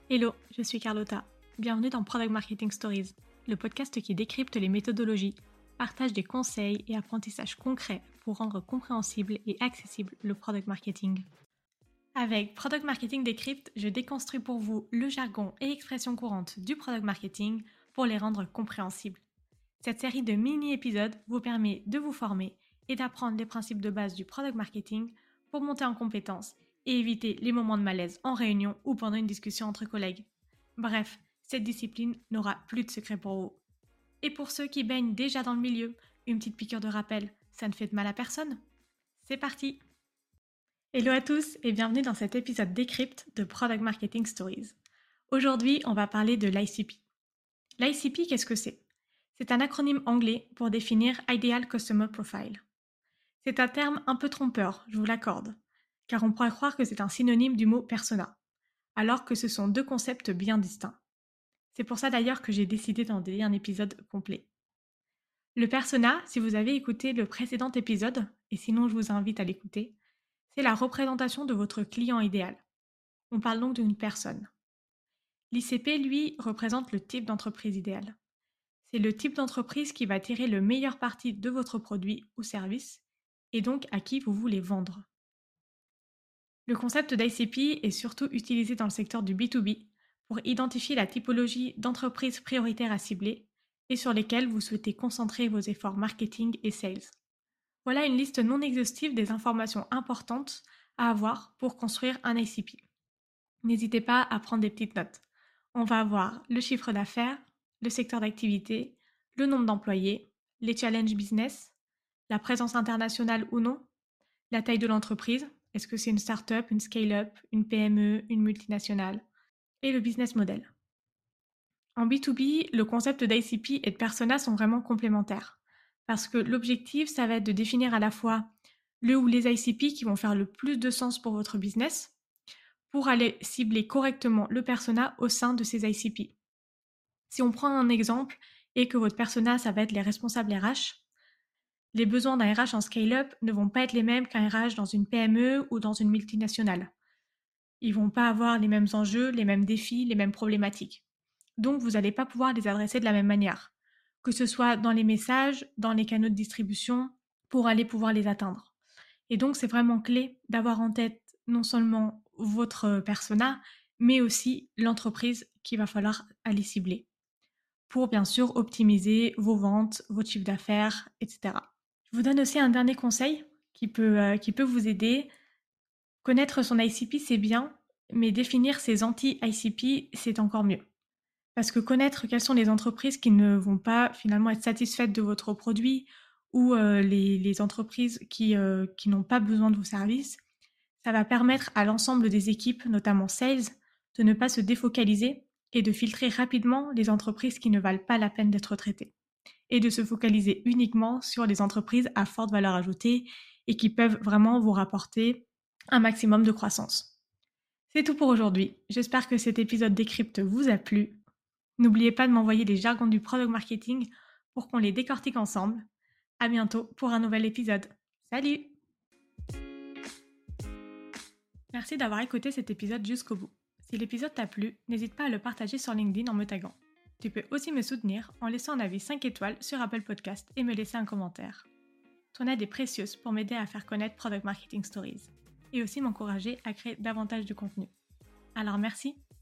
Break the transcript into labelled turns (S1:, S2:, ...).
S1: Hello, je suis Carlotta. Bienvenue dans Product Marketing Stories, le podcast qui décrypte les méthodologies, partage des conseils et apprentissages concrets pour rendre compréhensible et accessible le product marketing. Avec Product Marketing Décrypte, je déconstruis pour vous le jargon et expressions courantes du product marketing pour les rendre compréhensibles. Cette série de mini-épisodes vous permet de vous former et d'apprendre les principes de base du product marketing pour monter en compétences et éviter les moments de malaise en réunion ou pendant une discussion entre collègues. Bref, cette discipline n'aura plus de secret pour vous. Et pour ceux qui baignent déjà dans le milieu, une petite piqûre de rappel, ça ne fait de mal à personne. C'est parti! Hello à tous et bienvenue dans cet épisode Décrypte de Product Marketing Stories. Aujourd'hui, on va parler de l'ICP. L'ICP, qu'est-ce que c'est? C'est un acronyme anglais pour définir Ideal Customer Profile. C'est un terme un peu trompeur, je vous l'accorde, car on pourrait croire que c'est un synonyme du mot persona, alors que ce sont deux concepts bien distincts. C'est pour ça d'ailleurs que j'ai décidé d'en dédier un épisode complet. Le persona, si vous avez écouté le précédent épisode, et sinon je vous invite à l'écouter, c'est la représentation de votre client idéal. On parle donc d'une personne. L'ICP, lui, représente le type d'entreprise idéale. C'est le type d'entreprise qui va tirer le meilleur parti de votre produit ou service, et donc à qui vous voulez vendre. Le concept d'ICP est surtout utilisé dans le secteur du B2B pour identifier la typologie d'entreprises prioritaires à cibler et sur lesquelles vous souhaitez concentrer vos efforts marketing et sales. Voilà une liste non exhaustive des informations importantes à avoir pour construire un ICP. N'hésitez pas à prendre des petites notes. On va avoir le chiffre d'affaires, le secteur d'activité, le nombre d'employés, les challenges business, la présence internationale ou non, la taille de l'entreprise, est-ce que c'est une start-up, une scale-up, une PME, une multinationale, et le business model. En B2B, le concept d'ICP et de persona sont vraiment complémentaires, parce que l'objectif, ça va être de définir à la fois le ou les ICP qui vont faire le plus de sens pour votre business, pour aller cibler correctement le persona au sein de ces ICP. Si on prend un exemple et que votre persona, ça va être les responsables RH, les besoins d'un RH en scale-up ne vont pas être les mêmes qu'un RH dans une PME ou dans une multinationale. Ils vont pas avoir les mêmes enjeux, les mêmes défis, les mêmes problématiques. Donc, vous n'allez pas pouvoir les adresser de la même manière, que ce soit dans les messages, dans les canaux de distribution, pour aller pouvoir les atteindre. Et donc, c'est vraiment clé d'avoir en tête non seulement votre persona, mais aussi l'entreprise qu'il va falloir aller cibler pour bien sûr optimiser vos ventes, vos chiffres d'affaires, etc. Je vous donne aussi un dernier conseil qui peut vous aider. Connaître son ICP, c'est bien, mais définir ses anti-ICP, c'est encore mieux. Parce que connaître quelles sont les entreprises qui ne vont pas finalement être satisfaites de votre produit ou les entreprises qui n'ont pas besoin de vos services, ça va permettre à l'ensemble des équipes, notamment sales, de ne pas se défocaliser et de filtrer rapidement les entreprises qui ne valent pas la peine d'être traitées. Et de se focaliser uniquement sur les entreprises à forte valeur ajoutée et qui peuvent vraiment vous rapporter un maximum de croissance. C'est tout pour aujourd'hui. J'espère que cet épisode Décrypte vous a plu. N'oubliez pas de m'envoyer les jargons du product marketing pour qu'on les décortique ensemble. À bientôt pour un nouvel épisode. Salut! Merci d'avoir écouté cet épisode jusqu'au bout. Si l'épisode t'a plu, n'hésite pas à le partager sur LinkedIn en me taguant. Tu peux aussi me soutenir en laissant un avis 5 étoiles sur Apple Podcast et me laisser un commentaire. Ton aide est précieuse pour m'aider à faire connaître Product Marketing Stories et aussi m'encourager à créer davantage de contenu. Alors merci